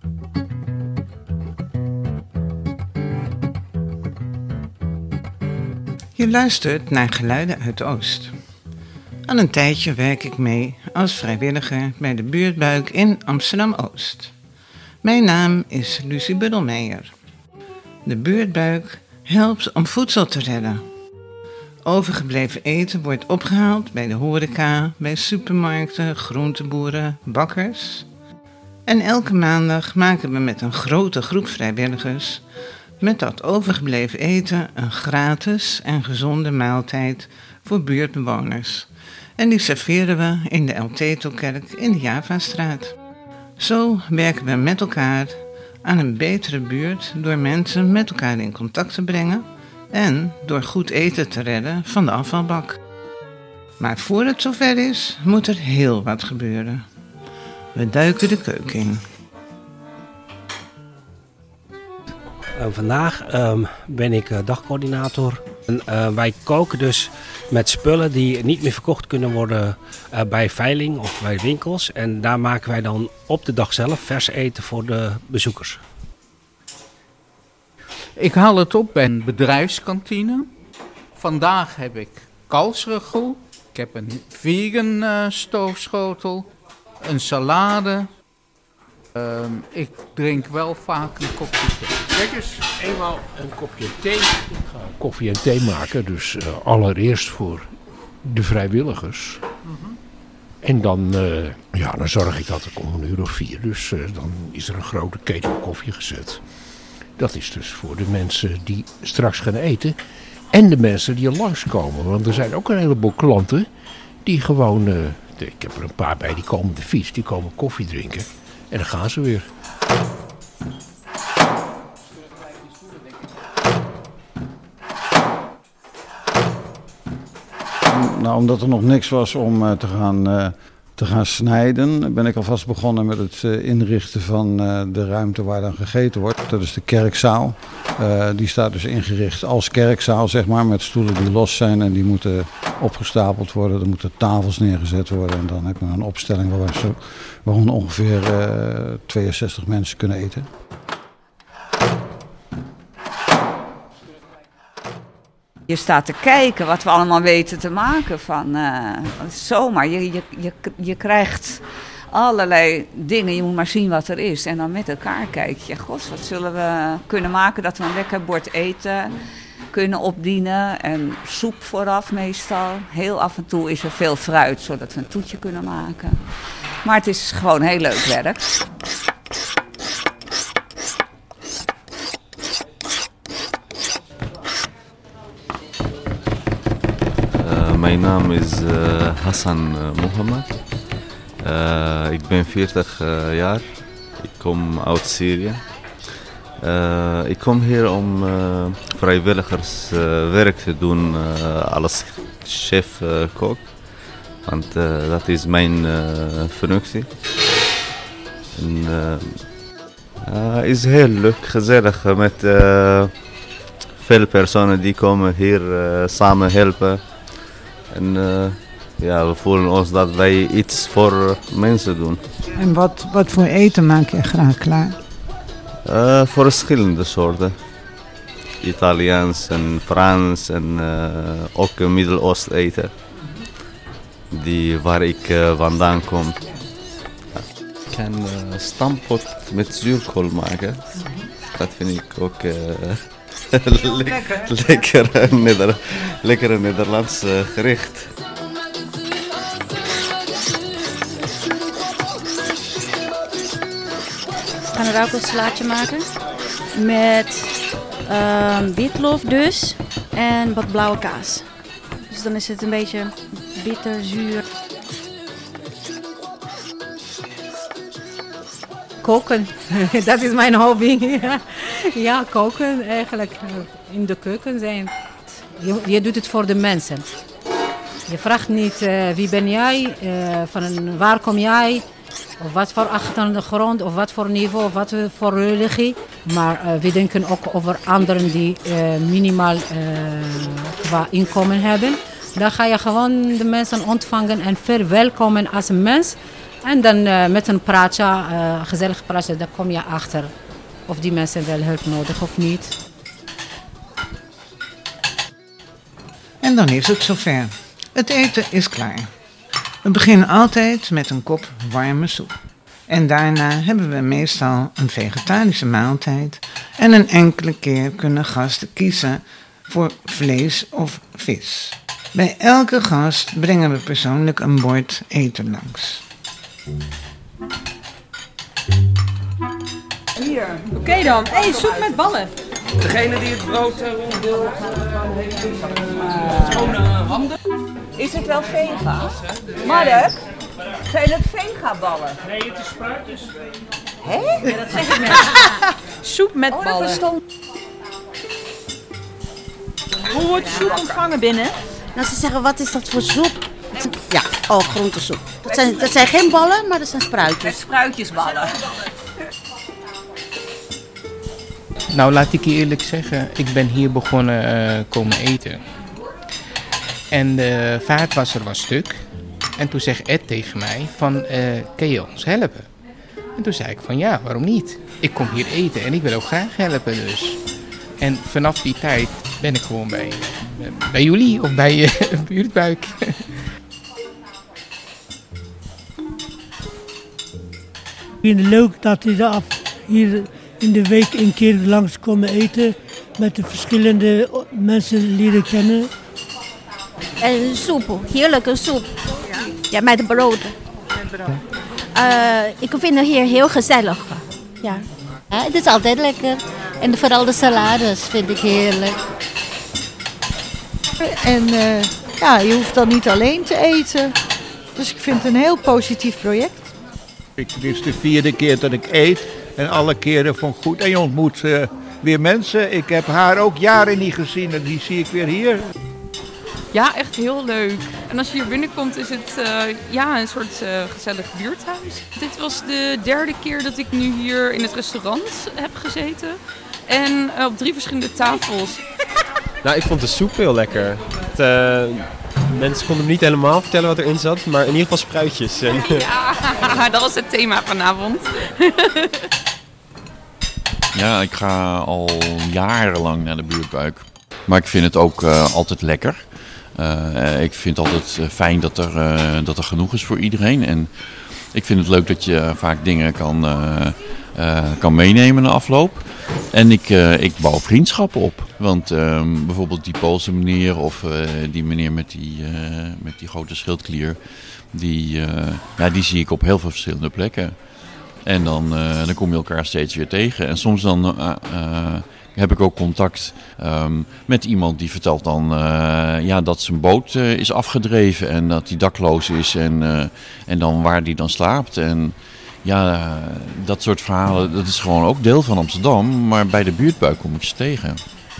Je luistert naar Geluiden uit Oost. Al een tijdje werk ik mee als vrijwilliger bij de Buurtbuik in Amsterdam-Oost. Mijn naam is Lucie Buddelmeijer. De Buurtbuik helpt om voedsel te redden. Overgebleven eten wordt opgehaald bij de horeca, bij supermarkten, groenteboeren, bakkers. En elke maandag maken we met een grote groep vrijwilligers met dat overgebleven eten een gratis en gezonde maaltijd voor buurtbewoners. En die serveren we in de El Teto-kerk in de Javastraat. Zo werken we met elkaar aan een betere buurt door mensen met elkaar in contact te brengen en door goed eten te redden van de afvalbak. Maar voor het zover is, moet er heel wat gebeuren. We duiken de keuken in. Vandaag ben ik dagcoördinator. En, wij koken dus met spullen die niet meer verkocht kunnen worden bij veiling of bij winkels. En daar maken wij dan op de dag zelf vers eten voor de bezoekers. Ik haal het op bij een bedrijfskantine. Vandaag heb ik kalfsragout. Ik heb een vegan stoofschotel. Een salade. Ik drink wel vaak een kopje thee. Kijk eens, eenmaal een kopje thee. Ik ga koffie en thee maken, dus allereerst voor de vrijwilligers. En dan zorg ik dat ik om 4:00. Dus dan is er een grote ketel koffie gezet. Dat is dus voor de mensen die straks gaan eten. En de mensen die er langskomen. Want er zijn ook een heleboel klanten die gewoon... ik heb er een paar bij, die komen op de fiets, die komen koffie drinken. En dan gaan ze weer. Nou, omdat er nog niks was om te gaan snijden, ben ik alvast begonnen met het inrichten van de ruimte waar dan gegeten wordt. Dat is de kerkzaal. Die staat dus ingericht als kerkzaal, zeg maar, met stoelen die los zijn en die moeten opgestapeld worden. Er moeten tafels neergezet worden en dan heb je een opstelling waar ongeveer 62 mensen kunnen eten. Je staat te kijken wat we allemaal weten te maken van zomaar. Je krijgt allerlei dingen, je moet maar zien wat er is. En dan met elkaar kijk je, god, wat zullen we kunnen maken dat we een lekker bord eten kunnen opdienen. En soep vooraf meestal. Heel af en toe is er veel fruit, zodat we een toetje kunnen maken. Maar het is gewoon heel leuk werk. Mijn naam is Hassan Mohammed. Ik ben 40 jaar. Ik kom uit Syrië. Ik kom hier om vrijwilligerswerk te doen als chef-kok. Want dat is mijn functie. Het is heel leuk, gezellig met veel personen die komen hier samen helpen. En we voelen ons dat wij iets voor mensen doen. En wat voor eten maak je graag klaar? Voor verschillende soorten. Italiaans en Frans en ook Midden-Oost eten. Waar ik vandaan kom. Ik kan stampot met zuurkool maken. Dat vind ik ook lekker Nederlands gerecht. Ik ga een rauwkoolslaatje maken met witlof dus en wat blauwe kaas. Dus dan is het een beetje bitter, zuur. Koken, dat is mijn hobby. Ja, koken eigenlijk. In de keuken zijn. Je doet het voor de mensen. Je vraagt niet wie ben jij, waar kom jij, of wat voor achtergrond, of wat voor niveau, of wat voor religie. Maar we denken ook over anderen die minimaal qua inkomen hebben. Dan ga je gewoon de mensen ontvangen en verwelkomen als een mens. En dan met een praatje, gezellig praatje, dan kom je achter of die mensen wel hulp nodig of niet. En dan is het zover. Het eten is klaar. We beginnen altijd met een kop warme soep. En daarna hebben we meestal een vegetarische maaltijd. En een enkele keer kunnen gasten kiezen voor vlees of vis. Bij elke gast brengen we persoonlijk een bord eten langs. Hier. Oké dan. Hey, soep met ballen. Degene die het brood rond wil, schone handen. Is het wel vega? Mark, zijn het vegaballen? Nee, het is spruitjes. Hé? Ja, dat zeg ik net. Soep met ballen. Hoe wordt soep ontvangen binnen? Nou, ze zeggen, wat is dat voor soep? Ja, groentesoep. Dat zijn geen ballen, maar dat zijn spruitjes. Spruitjesballen. Nou, laat ik je eerlijk zeggen, ik ben hier begonnen komen eten. En de vaatwasser was stuk. En toen zegt Ed tegen mij van, kan je ons helpen? En toen zei ik van, ja, waarom niet? Ik kom hier eten en ik wil ook graag helpen dus. En vanaf die tijd ben ik gewoon bij jullie of bij Buurtbuik. Ik vind het leuk dat we hier in de week een keer langs komen eten. Met de verschillende mensen leren kennen. En soep, heerlijke soep. Ja, met brood. Ik vind het hier heel gezellig. Ja. Ja, het is altijd lekker. En vooral de salades vind ik heerlijk. En je hoeft dan niet alleen te eten. Dus ik vind het een heel positief project. Dit is de 4e keer dat ik eet en alle keren vond goed. En je ontmoet weer mensen. Ik heb haar ook jaren niet gezien en die zie ik weer hier. Ja, echt heel leuk. En als je hier binnenkomt is het een soort gezellig buurthuis. Dit was de 3e keer dat ik nu hier in het restaurant heb gezeten. En op 3 verschillende tafels. Nou, ik vond de soep heel lekker. Mensen konden me niet helemaal vertellen wat erin zat, maar in ieder geval spruitjes. Ja, dat was het thema vanavond. Ja, ik ga al jarenlang naar de Buurtbuik. Maar ik vind het ook altijd lekker. Ik vind het altijd fijn dat er genoeg is voor iedereen. En ik vind het leuk dat je vaak dingen kan meenemen na afloop. En ik bouw vriendschappen op. Want bijvoorbeeld die Poolse meneer of die meneer met die grote schildklier, die zie ik op heel veel verschillende plekken. En dan kom je elkaar steeds weer tegen. En soms dan heb ik ook contact met iemand die vertelt dan dat zijn boot is afgedreven en dat hij dakloos is en dan waar hij dan slaapt. En ja, dat soort verhalen, dat is gewoon ook deel van Amsterdam, maar bij de Buurtbuik kom ik ze tegen.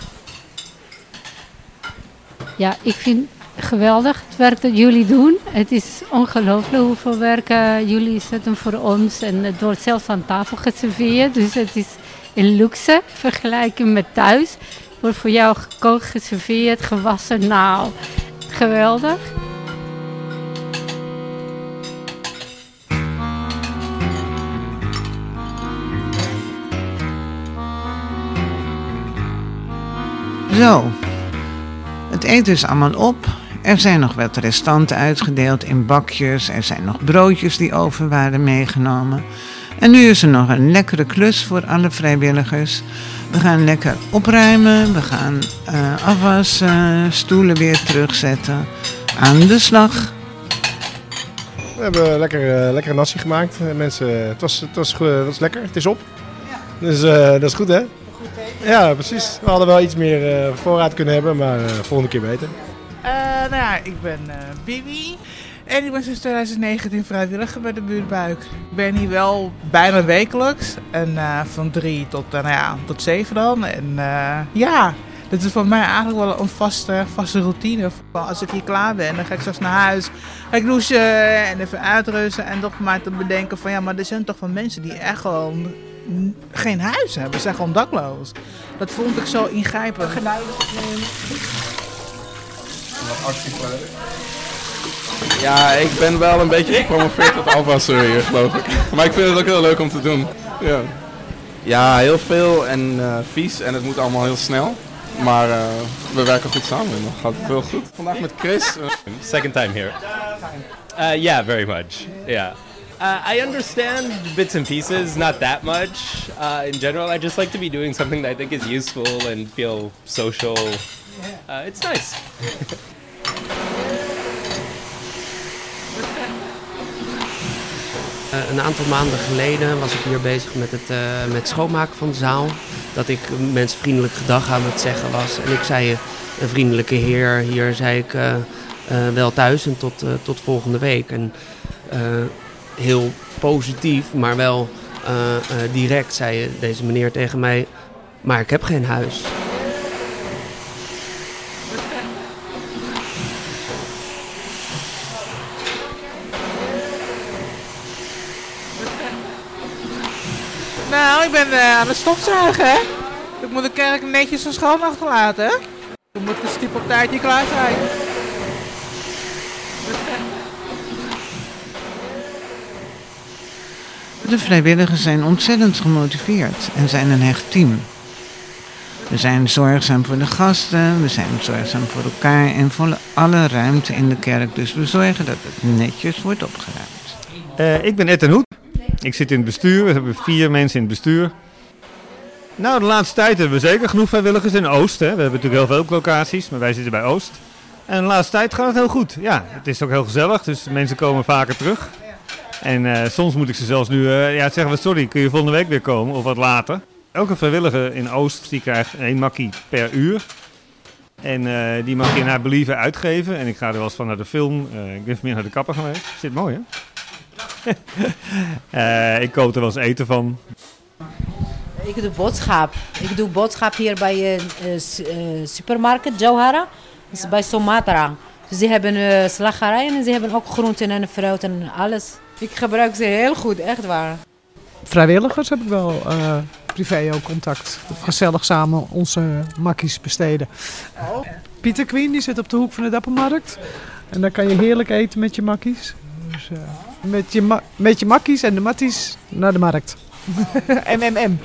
Ja, ik vind geweldig het werk dat jullie doen. Het is ongelooflijk hoeveel werk jullie zetten voor ons. En het wordt zelfs aan tafel geserveerd. Dus het is een luxe vergelijking met thuis. Wordt voor jou gekookt, geserveerd, gewassen. Nou, geweldig. Zo, het eten is allemaal op. Er zijn nog wat restanten uitgedeeld in bakjes. Er zijn nog broodjes die over waren meegenomen. En nu is er nog een lekkere klus voor alle vrijwilligers. We gaan lekker opruimen. We gaan afwassen, stoelen weer terugzetten. Aan de slag. We hebben lekkere nasi gemaakt. Mensen, het was lekker. Het is op. Dus dat is goed, hè? Ja, precies. We hadden wel iets meer voorraad kunnen hebben, maar volgende keer beter. Ik ben Bibi en ik ben sinds 2019 vrijwilliger bij de Buurtbuik. Ik ben hier wel bijna wekelijks en van 3 tot 7 dan. En dit is voor mij eigenlijk wel een vaste routine. Als ik hier klaar ben, dan ga ik straks naar huis, ga ik douchen en even uitrusten en toch maar te bedenken van maar er zijn toch van mensen die echt gewoon geen huis hebben, ze zijn gewoon dakloos. Dat vond ik zo ingrijpend. Ja, ik ben wel een beetje gepromoveerd tot afwasser hier, geloof ik. Maar ik vind het ook heel leuk om te doen. Ja, ja, heel veel en vies en het moet allemaal heel snel. Maar we werken goed samen en dan gaat het heel goed. Vandaag met Chris. Second time here. Yeah, very much. Yeah. I understand bits and pieces, not that much. In general, I just like to be doing something that I think is useful and feel social. It's nice. Een aantal maanden geleden was ik hier bezig met het schoonmaken van de zaal. Dat ik mensen vriendelijk gedag aan het zeggen was. En ik zei, een vriendelijke heer, hier zei ik wel thuis en tot volgende week. En heel positief, maar wel direct zei deze meneer tegen mij, maar ik heb geen huis. Nou, ik ben aan het stofzuigen, hè. Ik moet de kerk netjes zo schoon achterlaten, hè. Dan moet de stiep op tijd hier klaar zijn. De vrijwilligers zijn ontzettend gemotiveerd en zijn een hecht team. We zijn zorgzaam voor de gasten, we zijn zorgzaam voor elkaar en voor alle ruimte in de kerk. Dus we zorgen dat het netjes wordt opgeruimd. Ik ben Ed ten Hoed. Ik zit in het bestuur. We hebben 4 mensen in het bestuur. Nou, de laatste tijd hebben we zeker genoeg vrijwilligers in Oost. Hè. We hebben natuurlijk heel veel locaties, maar wij zitten bij Oost. En de laatste tijd gaat het heel goed. Ja, het is ook heel gezellig, dus mensen komen vaker terug. En soms moet ik ze zelfs nu zeggen we sorry, kun je volgende week weer komen of wat later. Elke vrijwilliger in Oost die krijgt 1 makkie per uur. En die mag je naar believen uitgeven. En ik ga er wel eens van naar de film. Ik ben meer naar de kapper geweest. Zit mooi, hè? Ik koop er wel eens eten van. Ik doe boodschap. Ik doe boodschap hier bij supermarkt Jawhara. Dat is bij Sumatra. Dus die hebben slagerijen en ze hebben ook groenten en fruit en alles. Ik gebruik ze heel goed, echt waar. Vrijwilligers heb ik wel privé ook contact. Gezellig samen onze makkies besteden. Pieter Queen die zit op de hoek van de Dappermarkt. En daar kan je heerlijk eten met je makkies. Dus, met je makkies en de matties naar de markt. MMM.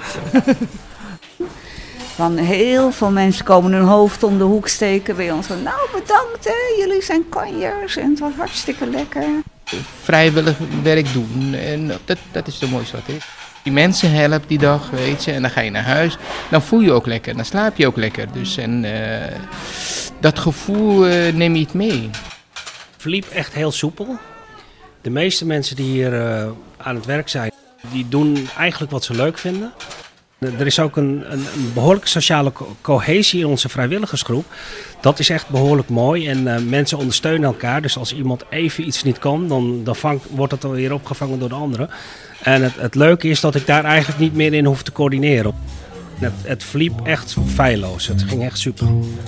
Van heel veel mensen komen hun hoofd om de hoek steken bij ons. Van, nou, bedankt hè, jullie zijn kanjers en het was hartstikke lekker. Vrijwillig werk doen en dat is het mooiste wat er is. Die mensen helpen die dag, weet je, en dan ga je naar huis. Dan voel je ook lekker, dan slaap je ook lekker. Dus en dat gevoel neem je het mee. Verliep echt heel soepel. De meeste mensen die hier aan het werk zijn, die doen eigenlijk wat ze leuk vinden. Er is ook een behoorlijke sociale cohesie in onze vrijwilligersgroep. Dat is echt behoorlijk mooi en mensen ondersteunen elkaar. Dus als iemand even iets niet kan, dan wordt het weer opgevangen door de anderen. En het leuke is dat ik daar eigenlijk niet meer in hoef te coördineren. Het verliep echt feilloos. Het ging echt super.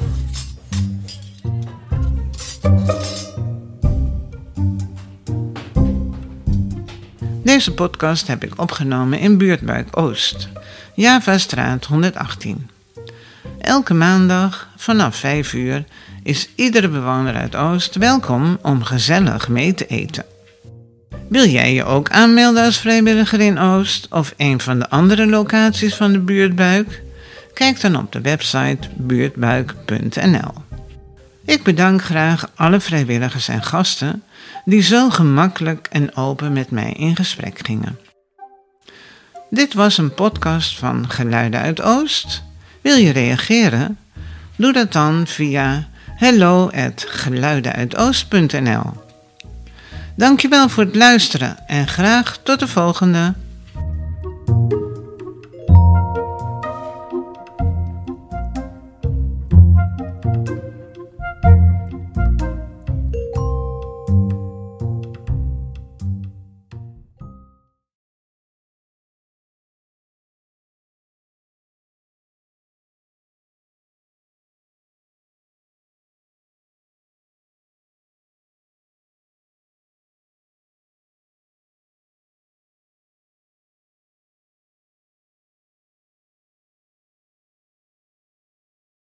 Deze podcast heb ik opgenomen in Buurtbuik Oost, Javastraat 118. Elke maandag vanaf 5 uur is iedere bewoner uit Oost welkom om gezellig mee te eten. Wil jij je ook aanmelden als vrijwilliger in Oost of een van de andere locaties van de Buurtbuik? Kijk dan op de website buurtbuik.nl. Ik bedank graag alle vrijwilligers en gasten die zo gemakkelijk en open met mij in gesprek gingen. Dit was een podcast van Geluiden uit Oost. Wil je reageren? Doe dat dan via hello@geluidenuitoost.nl. Dankjewel voor het luisteren en graag tot de volgende.